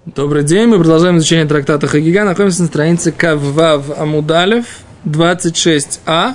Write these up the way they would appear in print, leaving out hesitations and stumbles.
Добрый день, мы продолжаем изучение трактата Хагига. Находимся на странице Каввав Амуд Алеф 26а.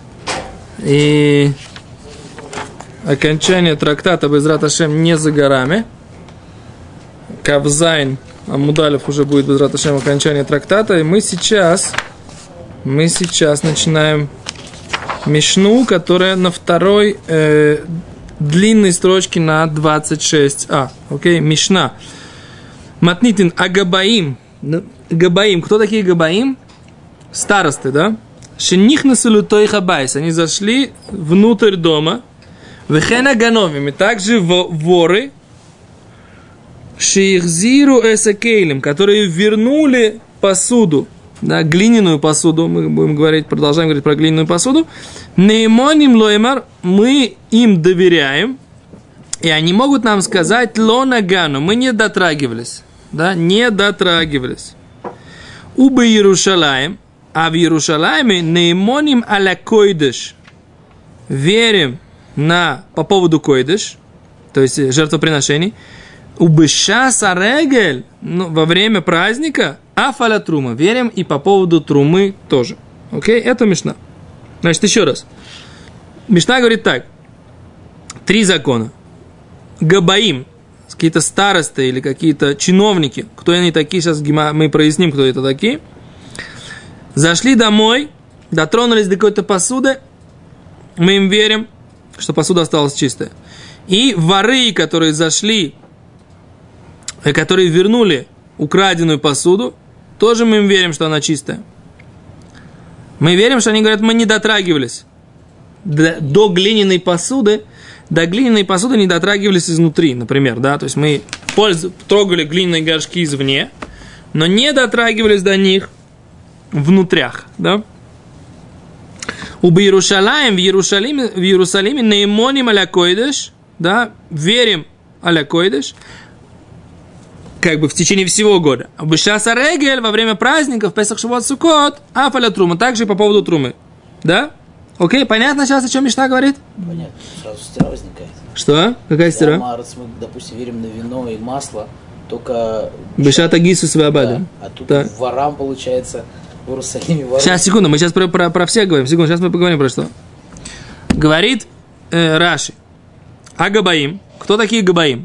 И окончание трактата Безрат Ашем не за горами. Кавзайн Амуд Алеф уже будет Безрат Ашем окончание трактата. И мы сейчас начинаем Мишну, которая на второй длинной строчке на 26а. Окей, Мишна. Матнитин Агабаим. Габаим. Кто такие Габаим? Старосты, да? Шенихнасулю тойхабайс. Они зашли внутрь дома. Вехена гановими. Также воры. Шейхзиру эсакейлем. Которые вернули посуду. Да, глиняную посуду. Мы будем говорить, продолжаем говорить про глиняную посуду. Неймоним лоймар. Мы им доверяем. И они могут нам сказать лонагану. Мы не дотрагивались. Да, не дотрагивались. Уба Иерушалаем, а в Иерушалайме неймоним аля койдеш. Верим по поводу койдеш, то есть жертвоприношений. Убыша сарегель, во время праздника, афаля трума. Верим и по поводу трумы тоже. Окей, это Мишна. Значит, еще раз. Мишна говорит так. 3 закона. Габаим. Какие-то старосты или какие-то чиновники, кто они такие, сейчас мы проясним, кто это такие, зашли домой, дотронулись до какой-то посуды, мы им верим, что посуда осталась чистая. И воры, которые зашли, которые вернули украденную посуду, тоже мы им верим, что она чистая. Мы верим, что они говорят, мы не дотрагивались до глиняной посуды, не дотрагивались изнутри, например, да, то есть мы трогали глиняные горшки извне, но не дотрагивались до них внутрях, да. В Иерусалиме неймоним аля койдеш, да, верим аля койдеш, как бы в течение всего года. Бешаса регель во время праздников, Песах, Шавуот, Суккот, афаля трума, также по поводу трумы, да. Окей, понятно сейчас, о чем Мишна говорит? Понятно, сразу стира возникает. Что? Какая стира? Мы, допустим, верим на вино и масло, только... Бешата гису свабада. Да, а тут да. Ворам, получается, в Иерусалиме ворам. Сейчас, секунду, мы сейчас про всех говорим. Секунду, сейчас мы поговорим про что. Говорит Раши. А Габаим? Кто такие Габаим?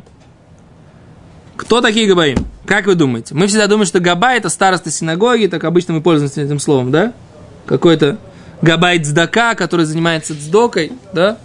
Кто такие Габаим? Как вы думаете? Мы всегда думаем, что Габа это староста синагоги, так обычно мы пользуемся этим словом, да? Какой-то Габай цдака, который занимается цдокой, да?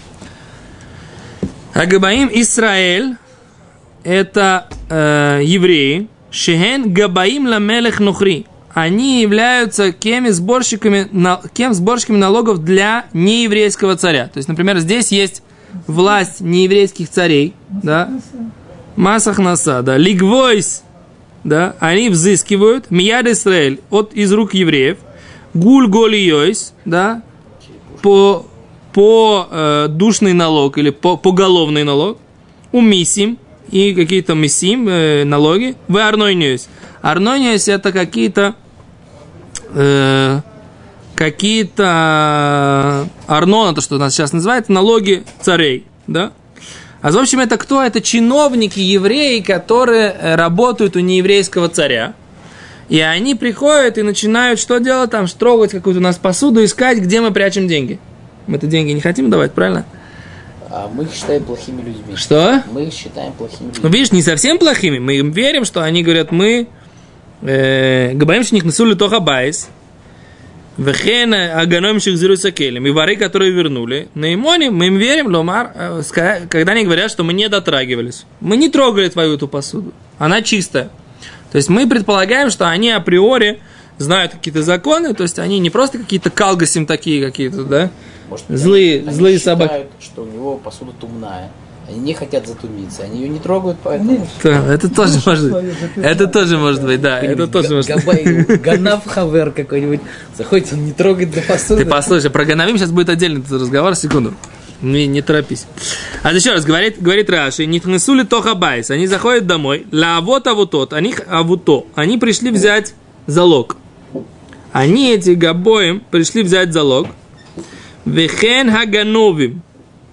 А Габаим Исраэль это евреи. Шехен Габаим ламелех нухри. Они являются кем сборщиками налогов для нееврейского царя. То есть, например, здесь есть власть нееврейских царей, да? Масах наса, да? Лигвойс, да? Они взыскивают Мияд Исраэль из рук евреев. Гуль голийойс, да, по душный налог или по поголовный налог, у мисим и какие-то мисим налоги, в арнойниойс. Арнойниойс это какие-то арнон, это что у нас сейчас называется, налоги царей, да. А в общем это кто? Это чиновники евреи, которые работают у нееврейского царя. И они приходят и начинают что делать там? Трогать какую-то у нас посуду, искать, где мы прячем деньги. Мы-то деньги не хотим давать, правильно? А мы их считаем плохими людьми. Что? Мы их считаем плохими людьми. Ну, видишь, не совсем плохими. Мы им верим, что они говорят, мы габаим шних насули тоха байс, вехена аганом шихзиру сакелем. И воры, которые вернули, на имоне, мы им верим, ломар, когда они говорят, что мы не дотрагивались. Мы не трогали твою эту посуду. Она чистая. То есть мы предполагаем, что они априори знают какие-то законы, то есть они не просто какие-то калгасим такие какие-то, да? Может, злые они собаки. Считают, что у него посуда тумная. Они не хотят затумиться, они ее не трогают, поэтому... Да, это тоже может быть. Это тоже может быть, да. Это тоже может быть. Ганав хавер какой-нибудь. Заходит, он не трогает до посуды. Ты послушай, про ганавим сейчас будет отдельный разговор, секунду. Не торопись. А еще раз, говорит Раши, нитнесули тоха байс. Они заходят домой, ла авот авутот, они пришли взять залог. Они, эти габоим, пришли взять залог. Вехен хагановим.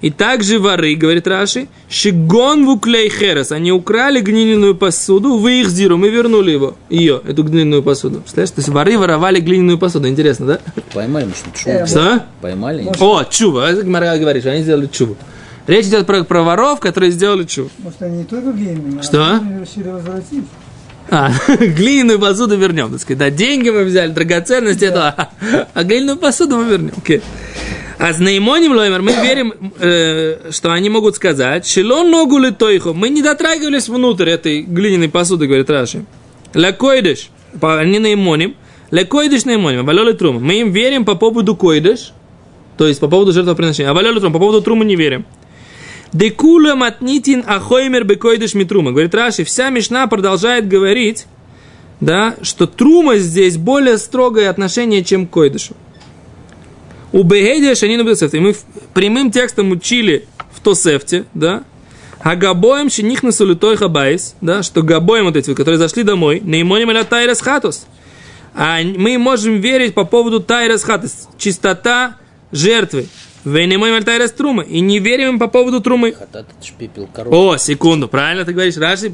И также воры, говорит Раши, шигон вуклей херес, они украли глиняную посуду, вы их зиру, мы вернули ее, эту глиняную посуду. Представляешь, то есть воры воровали глиняную посуду, интересно, да? Поймали, может, чуву. Что? Поймали? О, чува, Гмара говорит, что они сделали чуву. Речь идет про воров, которые сделали чуву. Может, они не только глиняные, что? Они решили возвратить. Глиняную посуду вернем, так сказать, да, деньги мы взяли, драгоценности, да. А глиняную посуду мы вернем. Okay. А с Неймоним Лоймер мы верим, что они могут сказать, «Шилон ногу литойхо». Мы не дотрагивались внутрь этой глиняной посуды, говорит Раши. «Лекойдыш». Не Неймоним. «Лекойдыш Неймоним». «Валёлы трума». Мы им верим по поводу койдыш, то есть по поводу жертвоприношения. А «Валёлы трума». По поводу трумы не верим. «Декула матнитин ахоймер бекойдыш митрума». Говорит Раши, вся Мишна продолжает говорить, да, что трума здесь более строгое отношение, чем к койдышу. У Бегедия Шанину Бесефте. Мы прямым текстом учили в Тосефте, да, а Габоем Шиних на Солютой Хабайс, да, что Габоем вот эти, которые зашли домой, Неймоним аля Тайрес Хатус. А мы можем верить по поводу Тайрес Хатус, чистота жертвы. Вейнемоним аля Тайрес Трума. И не верим им по поводу Трумы. Хатат это ж пепел коровы. О, секунду, правильно ты говоришь. Раши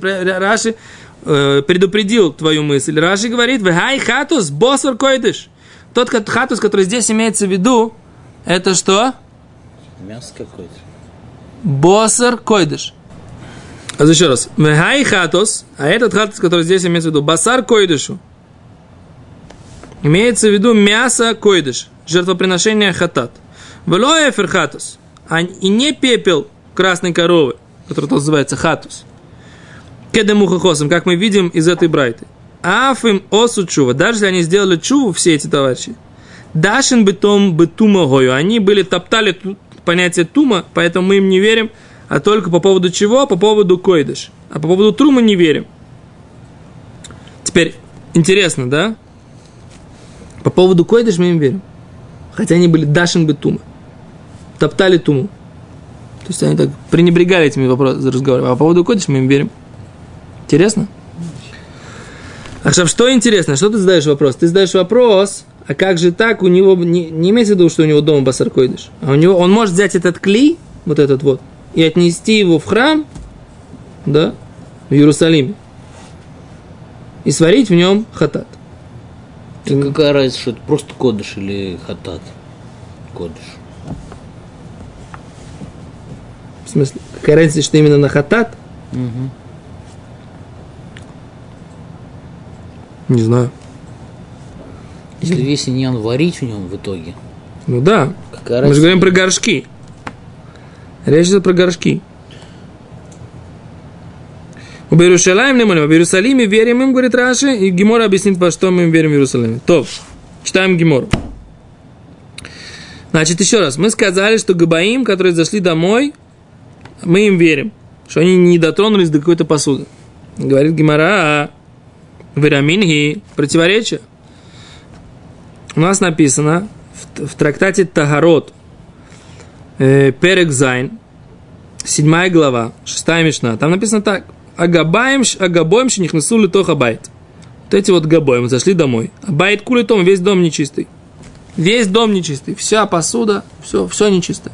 предупредил твою мысль. Раши говорит, Вехай Хатус Босор Койдыш. Тот хатус, который здесь имеется в виду, это что? Мясо какое-то. Босар койдыш. А еще раз. Вехай хатус, а этот хатус, который здесь имеется в виду, басар койдышу. Имеется в виду мясо койдыш, жертвоприношение хатат. Велоэфер хатус, и не пепел красной коровы, который называется хатус. Кедемухахосом, как мы видим из этой брайты. Афим осу чува. Даже если они сделали чуву, все эти товарищи. Дашин бетом бетума гою. Они топтали понятие тума, поэтому мы им не верим. А только по поводу чего? По поводу койдыш. А по поводу трума не верим. Теперь, интересно, да? По поводу койдыш мы им верим. Хотя они были дашин бетума. Топтали туму. То есть они так пренебрегали этими разговорами. А по поводу койдыш мы им верим. Интересно? А что интересно, что ты задаешь вопрос? Ты задаешь вопрос, а как же так, у него, не имеется в виду, что у него дома басар койдыш, а у него, он может взять этот клей, вот этот вот, и отнести его в храм, да, в Иерусалиме, и сварить в нем хатат. Так какая разница, что это просто кодыш или хатат? Кодыш. В смысле, какая разница, что именно на хатат? Угу. Не знаю. Если весь иньян варить в нем в итоге. Ну да. Какая Мы же говорим про горшки. Речь идет про горшки. В Иерусалиме верим им, говорит Раши, и Гемора объяснит, по что мы им верим в Иерусалиме. То, читаем Гемору. Значит, еще раз. Мы сказали, что Габаим, которые зашли домой, мы им верим, что они не дотронулись до какой-то посуды. Говорит Гемора, Вераминги, противоречие. У нас написано в трактате Тагарот, Перек Зайн, 7 глава, 6 Мишна. Там написано так: Агабоем шенихнесу литох абайт. Вот эти вот габоем зашли домой. Абайт кулитом, весь дом нечистый. Весь дом нечистый. Вся посуда, все нечисто.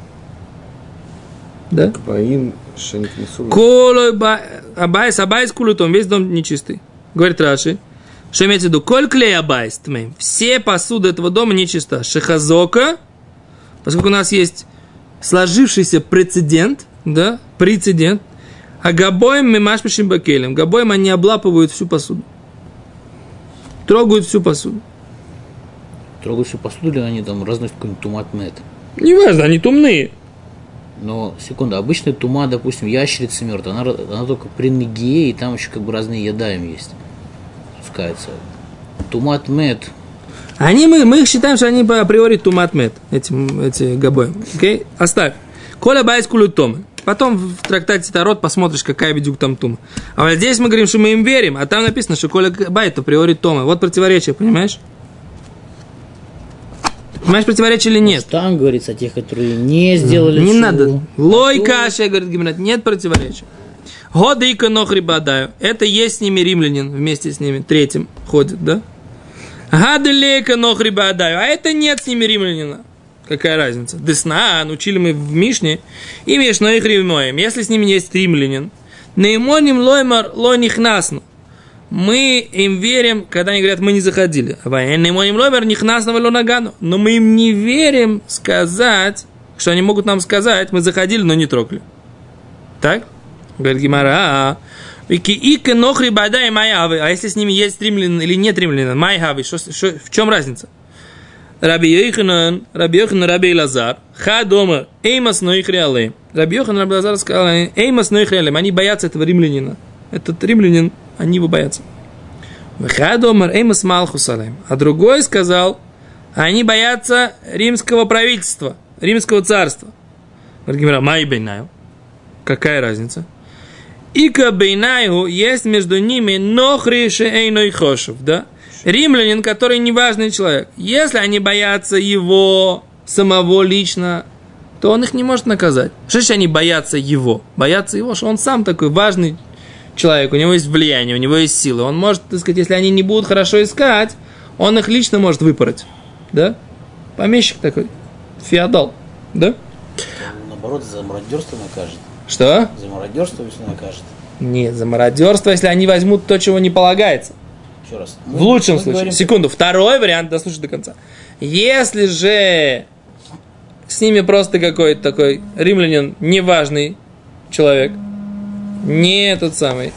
Да? Габоим шенихнесу. Абайт кулитом, весь дом нечистый. Говорит Раши, что имеется в виду, коль клей абайс тмей, все посуды этого дома нечиста. Шехазока, поскольку у нас есть сложившийся прецедент, да, а габоем мимашпишим бакелем, габоем они облапывают всю посуду, трогают всю посуду. Трогают всю посуду, или они там разносят какой-нибудь тумат мед? Неважно, они тумные. Но, секунду, обычная тума, допустим, ящерица мертвая, она только при ноге, и там еще как бы разные еда им есть. Спускается. Тумат мед. Мы их считаем, что они априори тумат мед, эти габоем. Окей? Оставь. Коля байс кулютомы. Потом в трактате Тарот посмотришь, какая бедюк там тума. А вот здесь мы говорим, что мы им верим, а там написано, что коля байт априори тома. Вот противоречие, понимаешь? Понимаешь, противоречие или нет? Там говорится о тех, которые не сделали не чуву. Надо. Лой каша, говорит Гимнат, нет противоречия. Годейка нохри бадаю. Это есть с ними римлянин, вместе с ними, третьим ходит, да? Гаделейка нохри бадаю. А это нет с ними римлянина. Какая разница? Деснан, учили мы в Мишне, и Мишно их римоем. Если с ними есть римлянин, неймоним лоймар лойнихнасну. Мы им верим, когда они говорят, мы не заходили. Неймоним лоймар нихнасну лонагану. Но мы им не верим сказать, что они могут нам сказать, мы заходили, но не трогали. Так? Говорит Гимара, а если с ними есть римлянин или нет римлянина, майхави, в чем разница? Раби Йоханан, Раби Элазар, Хадома, Эймас Нойхри Алейм. Раби Йоханан, Раби Элазар сказал, Эймас Нойхри Алейм, они боятся этого римлянина. Этот римлянин, они его боятся. Хадома, Эймас Малхус Алейм. А другой сказал, они боятся римского правительства, римского царства. Говорит, Май Бейнаю. Какая разница? Ика Бейнаю, есть между ними Нохри Шеэйной Хошев, да? Римлянин, который неважный человек. Если они боятся его самого лично, то он их не может наказать. Что значит они боятся его? Боятся его, что он сам такой важный человек, у него есть влияние, у него есть силы. Он может, так сказать, если они не будут хорошо искать, он их лично может выпороть. Да? Помещик такой, феодал. Да? Он, наоборот, за мародерство накажет. Что? За мародерство, если накажет. Нет, за мародерство, если они возьмут то, чего не полагается. Еще раз. В лучшем случае. Говорим, Секунду. Второй вариант, дослушай до конца. Если же с ними просто какой-то такой римлянин, неважный человек, не тот самый,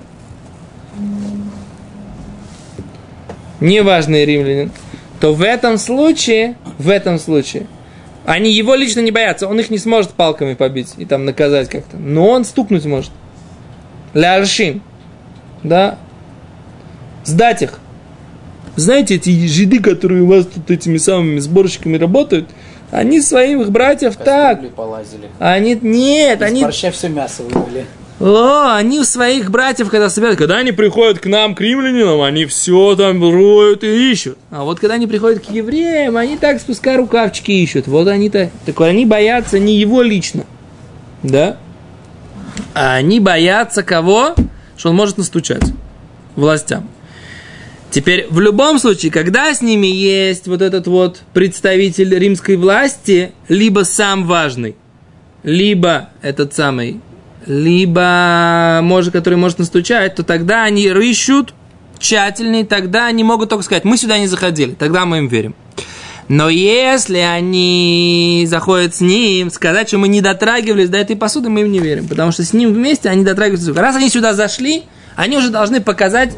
неважный римлянин, то в этом случае, они его лично не боятся, он их не сможет палками побить и там наказать как-то, но он стукнуть может. Ля-аршин. Да? Сдать их. Знаете, эти жиды, которые у вас тут этими самыми сборщиками работают, они своих братьев так. Полазили. Они нет, из они. Борща все мясо вывели. Они у своих братьев, когда они приходят к нам, к римлянинам, они все там роют и ищут. А вот когда они приходят к евреям, они так спускай рукавчики ищут. Вот они-то, так они боятся не его лично, да? А они боятся кого? Что он может настучать властям. Теперь, в любом случае, когда с ними есть вот этот вот представитель римской власти, либо сам важный, либо этот самый, либо который может настучать, то тогда они рыщут тщательнее, тогда они могут только сказать, мы сюда не заходили, тогда мы им верим. Но если они заходят с ним, сказать, что мы не дотрагивались до этой посуды, мы им не верим, потому что с ним вместе они дотрагиваются. Раз они сюда зашли, они уже должны показать,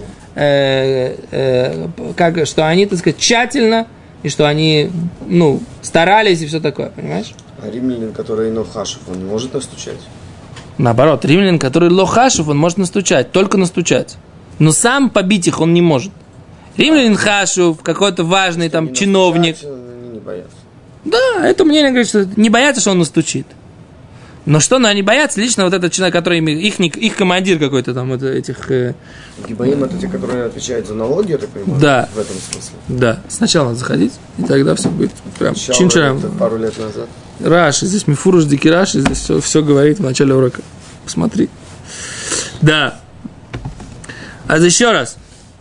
что они, так сказать, тщательно, и что они, старались и все такое, понимаешь? А римлянин, который нохашев, он не может настучать? Наоборот, римлянин, который лохашев, он может настучать, только настучать. Но сам побить их он не может. Римлянин хашев, какой-то важный там чиновник. Они не боятся. Да, это мнение говорит, что не боятся, что он настучит. Но они боятся лично вот этот человек, который их командир какой-то там, вот этих... Гибаим это те, которые отвечают за налоги, я так понимаю? Да. В этом смысле? Да. Сначала надо заходить, и тогда все будет прям чин-чарам. Пару лет назад. Раши, здесь Мифуруш Дики Раши, здесь все говорит в начале урока. Посмотри. Да. А еще раз.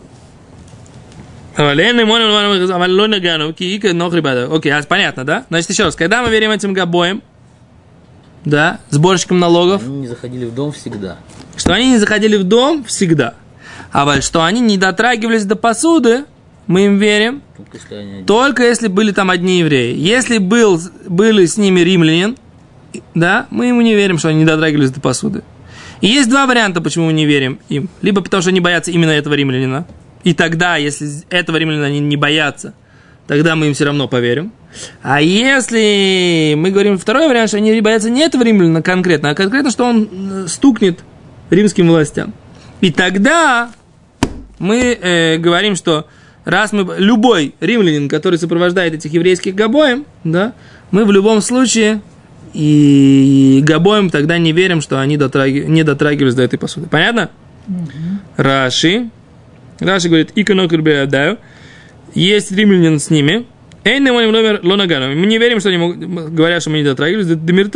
Окей, понятно, да? Значит, еще раз, когда мы верим этим габоям, да, сборщикам налогов. Они не заходили в дом всегда. Что они не заходили в дом всегда. А что они не дотрагивались до посуды, мы им верим. Только если были там одни евреи. Если были с ними римлянин, да, мы ему не верим, что они не дотрагивались до посуды. И есть два варианта, почему мы не верим им. Либо потому, что они боятся именно этого римлянина. И тогда, если этого римлянина они не боятся, тогда мы им все равно поверим. А если мы говорим второй вариант, что они боятся не этого римлянина конкретно, а конкретно, что он стукнет римским властям. И тогда мы говорим, что любой римлянин, который сопровождает этих еврейских габоем, да, мы в любом случае и габоем тогда не верим, что они не дотрагивались до этой посуды. Понятно? Раши говорит, есть римлянин с ними. Мы не верим, что они говорят, что мы не дотрагивались.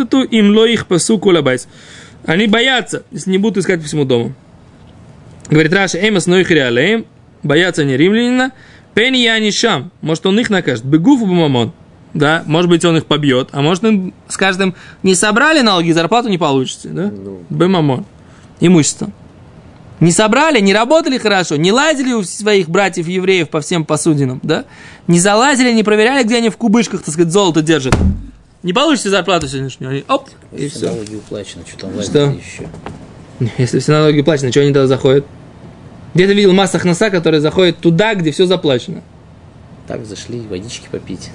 Они боятся, если не будут искать по всему дому. Говорит Раши, боятся они римлянина. Может, он их накажет. Бегуфу бумамон. да, может быть, он их побьет, а может, им с каждым не собрали налоги, зарплату не получите, да? Бэмамон. Имущество. Не собрали, не работали хорошо, не лазили у своих братьев-евреев по всем посудинам, да? Не залазили, не проверяли, где они в кубышках, так сказать, золото держат. Не получите зарплату сегодняшнюю, они оп, и все. Налоги уплачены, что там лазить Что? еще? Если все налоги уплачены, что они тогда заходят? Где ты видел массах носа, которые заходят туда, где все заплачено? Так, зашли водички попить.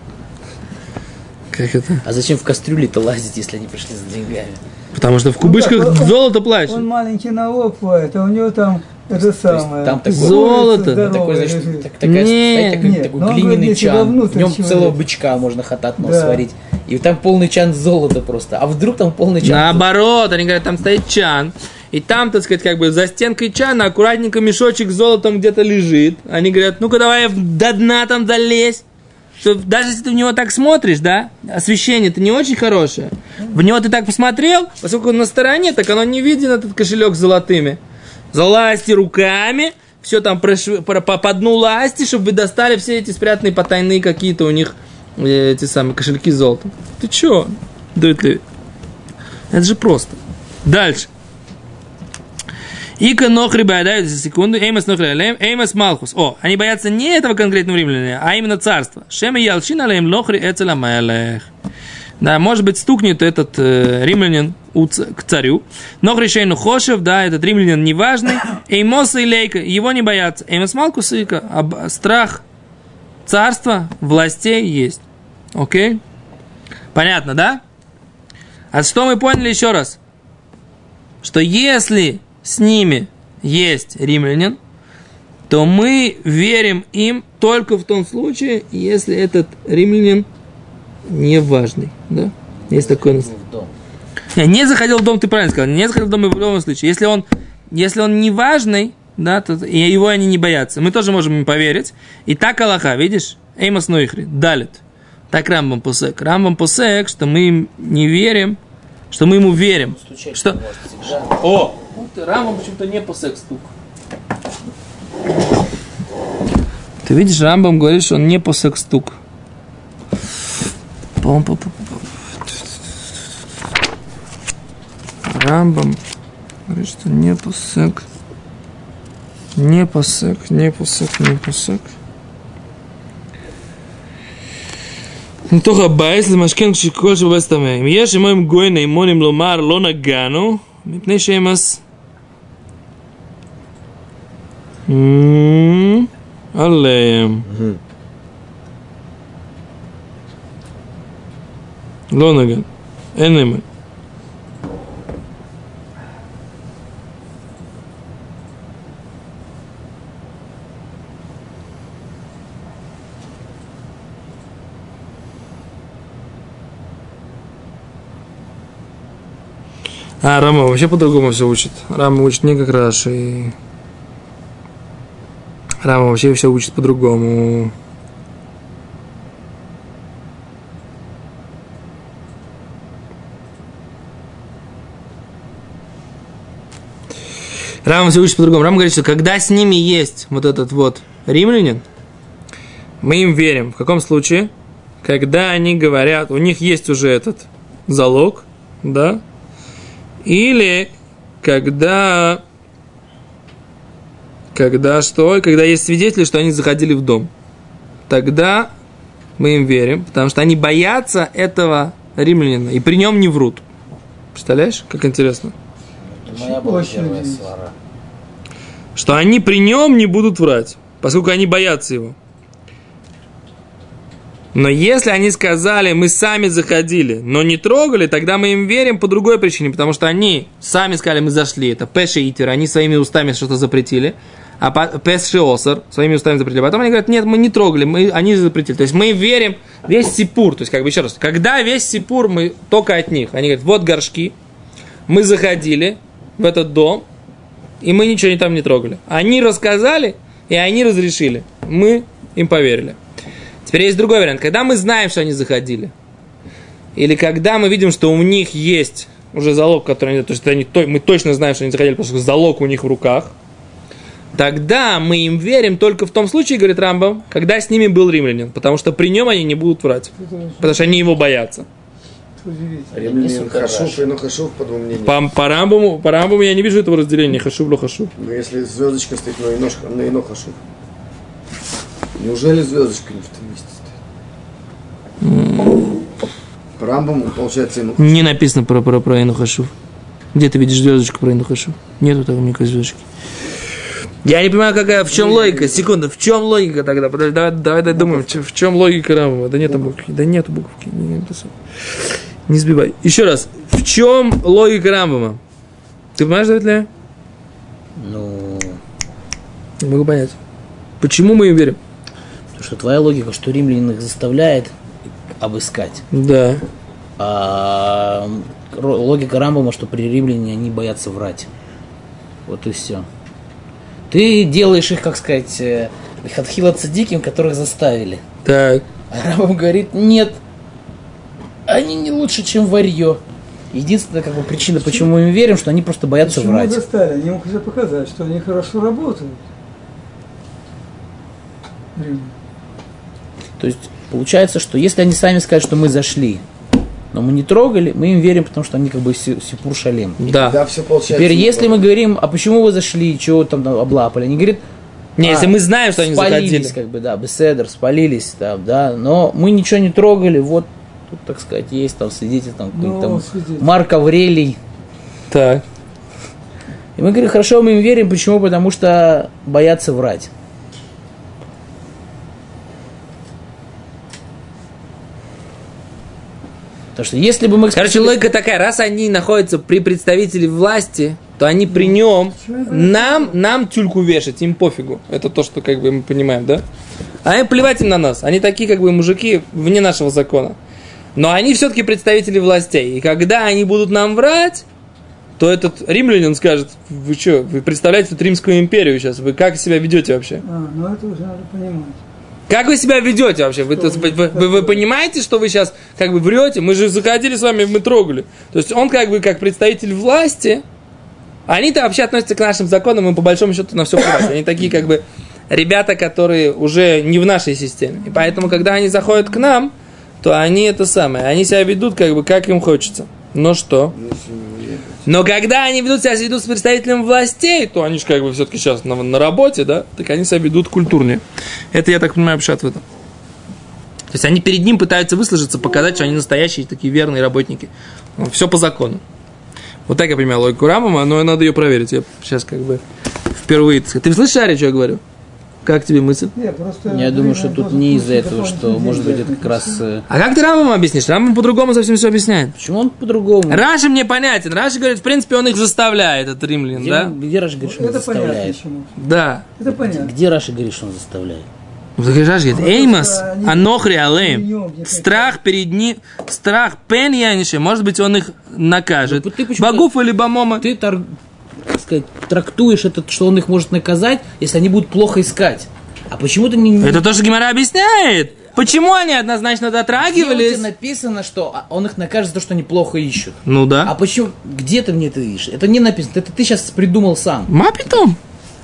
Как это? А зачем в кастрюле-то лазить, если они пришли за деньгами? Потому что в кубышках он- золото Он плачет. маленький налог платит, а у него там это самое. там такое- Золото. здоровое Такой, знаешь, лежит. такая, Не, знаете, такой, нет, такой но он глиняный говорит, если чан. вовнутрь В нем человек. целого бычка можно хататного Да. сварить. И там полный чан золота просто. А вдруг там полный чан? Наоборот, они говорят, там стоит чан. И там, так сказать, как бы за стенкой чана аккуратненько мешочек с золотом где-то лежит. Они говорят, ну-ка давай до дна там залезь. Что даже если ты в него так смотришь, да, освещение-то не очень хорошее. В него ты так посмотрел, поскольку он на стороне, так оно не виден, этот кошелек с золотыми. Залазьте руками, все там по дну лазьте, чтобы вы достали все эти спрятанные потайные какие-то у них эти самые кошельки с золотом. Ты чё? Это же просто. Дальше. Ика нохри боядают за секунду, эймас нохри алеем, эймас малхус. О, они боятся не этого конкретного римляна, а именно царства. Шема ялчин алеем нохри эцела мэлэх. Да, может быть, стукнет этот римлянин к царю. Нохри шейну хошев, да, этот римлянин неважный. Эймоса и лейка, его не боятся. Эймас малхус ика, страх царства, властей есть. Окей? Понятно, да? А что мы поняли еще раз? Что если с ними есть римлянин, то мы верим им только в том случае, если этот римлянин не важный. Да? Есть такое. В дом. Не заходил в дом, ты правильно сказал. Не заходил в дом в любом случае. Если он не важный, да, то и его они не боятся. Мы тоже можем им поверить. И так Аллаха, видишь? Эймас нойхри, далит. Так Рамбам посек. Рамбам посек, что мы им не верим, что мы ему верим. Стучать Что? не может всегда. О! Рамбам почему-то не посек стук. Ты видишь, Рамбам говорит, что он не посек стук. Рамбам говорит, что не посек. Не посек, не посек, не посек. מתוך הבייס למשכן כשכל שבבייס תמאים. יש אמורים גוי נאמונים לומר לא נגענו, מפני שאמס עליהם. לא נגענו. אין נאמן. Рама вообще по-другому все учит. Рама учит не как Раши. Рама вообще все учит по-другому. Рама все учит по-другому. Рама говорит, что когда с ними есть вот этот вот римлянин, мы им верим. В каком случае? Когда они говорят, у них есть уже этот залог, да? Или когда что? Когда есть свидетели, что они заходили в дом. Тогда мы им верим, потому что они боятся этого римлянина и при нем не врут. Представляешь, как интересно? Это моя была Очень первая удивительно. свара. Что они при нем не будут врать, поскольку они боятся его. Но если они сказали, мы сами заходили, но не трогали, тогда мы им верим по другой причине, потому что они сами сказали, мы зашли, это пеши итер, они своими устами что-то запретили, а пеши осар своими устами запретили. Потом они говорят, нет, мы не трогали, они запретили. То есть мы верим весь сипур, то есть как бы еще раз, когда весь сипур мы только от них, они говорят, вот горшки, мы заходили в этот дом, и мы ничего там не трогали. Они рассказали, и они разрешили, мы им поверили. Теперь есть другой вариант. Когда мы знаем, что они заходили, или когда мы видим, что у них есть уже залог, который они, то есть мы точно знаем, что они заходили, потому что залог у них в руках, тогда мы им верим только в том случае, говорит Рамбам, когда с ними был римлянин, потому что при нем они не будут врать, потому что они его боятся. Римлянин хашув и хашув, по двум мнениям. По Рамбаму я не вижу этого разделения, хашув ло хашув. Но если звездочка стоит на ино хашув, неужели звездочка не в том месте стоит? По Рамбаму получается ино хашув. Не написано про ино хашув. Где ты видишь звездочку про ино хашув? Нету такой никакой звездочки. Я не понимаю, в чем логика. Секунду, в чем логика тогда? Подожди, давай думаем, в чем логика Рамбама? Да нету буковки. Не сбивай. Еще раз. В чем логика Рамбама? Ты понимаешь, Давид Лея? Ну... Не могу понять. Почему мы им верим? Потому что твоя логика, что римлянин их заставляет обыскать. Да. А логика Рамбама, что при римляне они боятся врать. Вот и все. Ты делаешь их, как сказать, хатхила цадиким, которых заставили. Так. А Рамбам говорит, нет, они не лучше, чем варьё. Единственная причина, почему мы им верим, что они просто боятся врать. Почему заставили? Они могут уже показать, что они хорошо работают. То есть, получается, что если они сами скажут, что мы зашли, но мы не трогали, мы им верим, потому что они сипур шалем. Да. Да, все получается. Теперь, если мы говорим, а почему вы зашли, чего там облапали, они говорят, Не, если мы знаем, что они спалились, заходили. беседер, спалились, да, но мы ничего не трогали, вот, тут, так сказать, есть там свидетель, свидетель. Марк Аврелий. Так. И мы говорим, хорошо, мы им верим, почему? Потому что боятся врать. Потому что если бы мы... Короче, логика такая, раз они находятся при представителе власти, то они при нем, нам тюльку вешать, им пофигу. Это то, что мы понимаем, да? А им плевать им на нас. Они такие, мужики вне нашего закона. Но они все-таки представители властей. И когда они будут нам врать, то этот римлянин скажет, вы что, вы представляете тут Римскую империю сейчас, вы как себя ведете вообще? Ну это уже надо понимать. Как вы себя ведете вообще? Вы понимаете, что вы сейчас врете? Мы же заходили с вами, мы трогали. То есть он как представитель власти, они-то вообще относятся к нашим законам, и по большому счету на все плевать. Они такие ребята, которые уже не в нашей системе. И поэтому, когда они заходят к нам, то они они себя ведут как им хочется. Но что? Но когда они ведут себя с представителем властей, то они же все-таки сейчас на работе, да, так они себя ведут культурнее. Это, я так понимаю, пшат в этом. То есть они перед ним пытаются выслужиться, показать, что они настоящие такие верные работники. Все по закону. Вот так я понимаю логику Рамбама, но надо ее проверить. Я сейчас впервые... Ты слышишь, Ари, что я говорю? Как тебе мысль? Я думаю, что тут не из-за этого, что, может быть, это как раз... А как ты Рамбам объяснишь? Рамбам по-другому совсем все объясняет. Почему он по-другому? Раши мне понятен. Раши говорит, в принципе, он их заставляет, этот римлян, да? Где Раши говорит, что он заставляет? Да. Это понятно. Где Раши говорит, что он заставляет? Раши говорит, Эймас, анохри алейм. Страх перед ним, страх пен яниши, может быть, он их накажет. Багуф или бамома. Ты трактуешь это, что он их может наказать, если они будут плохо искать. А почему ты не... Это то, что Гемара объясняет. Почему они однозначно дотрагивались? Где написано, что он их накажет за то, что они плохо ищут? Ну да. А почему? Где ты мне это видишь? Это не написано. Это ты сейчас придумал сам. Мапитом.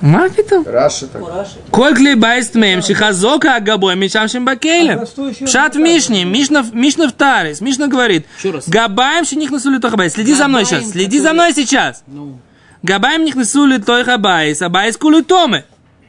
Раши так. Коль клей байст мем, шихазока агабой, мечам шимбакелем. Пшат в Мишне, Мишна в Тарис. Мишна говорит, габаем шиних насули тохабай. Следи за мной сейчас, следи за мной сейчас. Габаем них насули тохабайс, абайс кулютоме.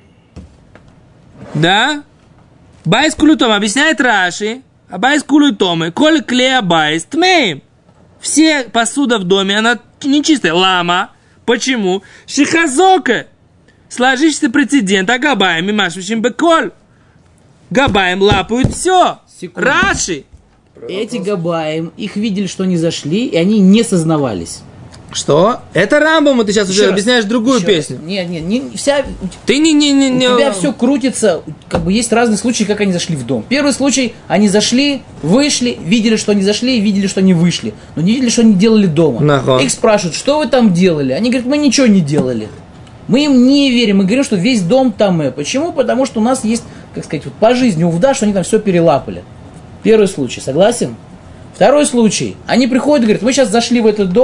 Да? Байс кулютоме, объясняет Раши, абайс кулютоме, коль клей абайс тмеем. Все посуда в доме, она нечистая. Лама. Почему? Шихазока. Сложившийся прецедент, а габаем и машущим беколь. Габаем лапают все. Секунду. Раши. Эти габаем, их видели, что они зашли, и они не сознавались. Что? Это Рамбаму ты сейчас уже объясняешь другую песню. Не вся... Ты не. У тебя все крутится, есть разные случаи, как они зашли в дом. Первый случай, они зашли, вышли, видели, что они зашли, видели, что они вышли, но не видели, что они делали дома. Их спрашивают, что вы там делали? Они говорят, мы ничего не делали. Мы им не верим, мы говорим, что весь дом там. Почему? Потому что у нас есть, по жизни увда, что они там все перелапали. Первый случай, согласен? Второй случай, они приходят и говорят, мы сейчас зашли в этот дом,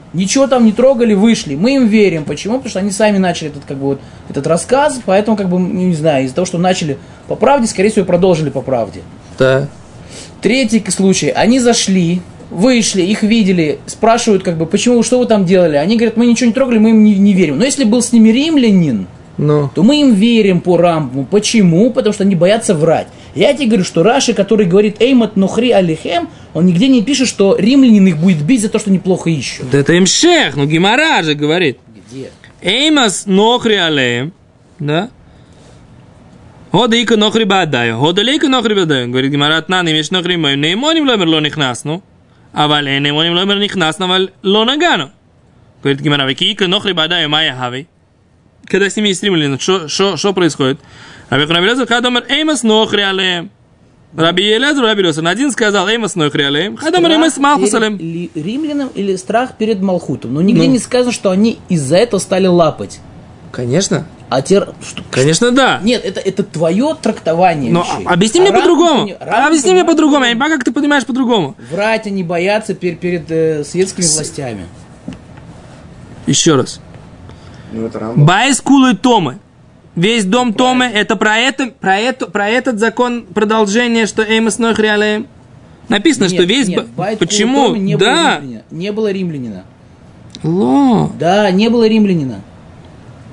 Ничего там не трогали, вышли. Мы им верим. Почему? Потому что они сами начали этот рассказ, поэтому, не знаю, из-за того, что начали по правде, скорее всего, продолжили по правде. Да. Третий случай. Они зашли, вышли, их видели, спрашивают, почему, что вы там делали? Они говорят, мы ничего не трогали, мы им не верим. Но если был с ними римлянин, то мы им верим по Рамбаму. Почему? Потому что они боятся врать. Я тебе говорю, что Раши, который говорит «Эймат нохри алихем», он нигде не пишет, что римлянин их будет бить за то, что они плохо ищут. Да это имшех, Гемара же говорит. Где? «Эймас нохри алеем», да? «Хода ика нохри бадаю», «Хода лейка нохри бадаю». Говорит Гемара, «Тнан имеш нохри моим, неймоним ломер ло нихнасну, аваль неймоним ломер нихнасну, аваль ло нагану». Говорит Гемара, «Веки ика нохри бадаю, майя хави». Когда с ними есть римляне, что происходит? Раби Елазар Хадомер Эймас нохри алеем. Раби Елазар, Раби Йосеф. Один сказал Эймас нохри алеем. Хадомер Эймас Малхус алеем. Римлянам или страх перед Малхутом. Но нигде не сказано, что они из-за этого стали лапать. Конечно. Конечно, да. Нет, это твое трактование. Но объясни мне по-другому. Объясни мне по-другому. Я не понимаю, как ты понимаешь по-другому. Врать они боятся перед светскими властями. Еще раз. Байс кулы Томы. Весь дом Томы, это про этот закон продолжение, что Эймас нохри алеем. Написано, что весь... Почему? Да. Не было римлянина. Да, не было римлянина.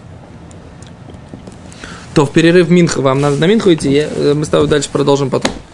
То в перерыв Минха. Вам надо на Минху идти, мы с тобой дальше продолжим потом.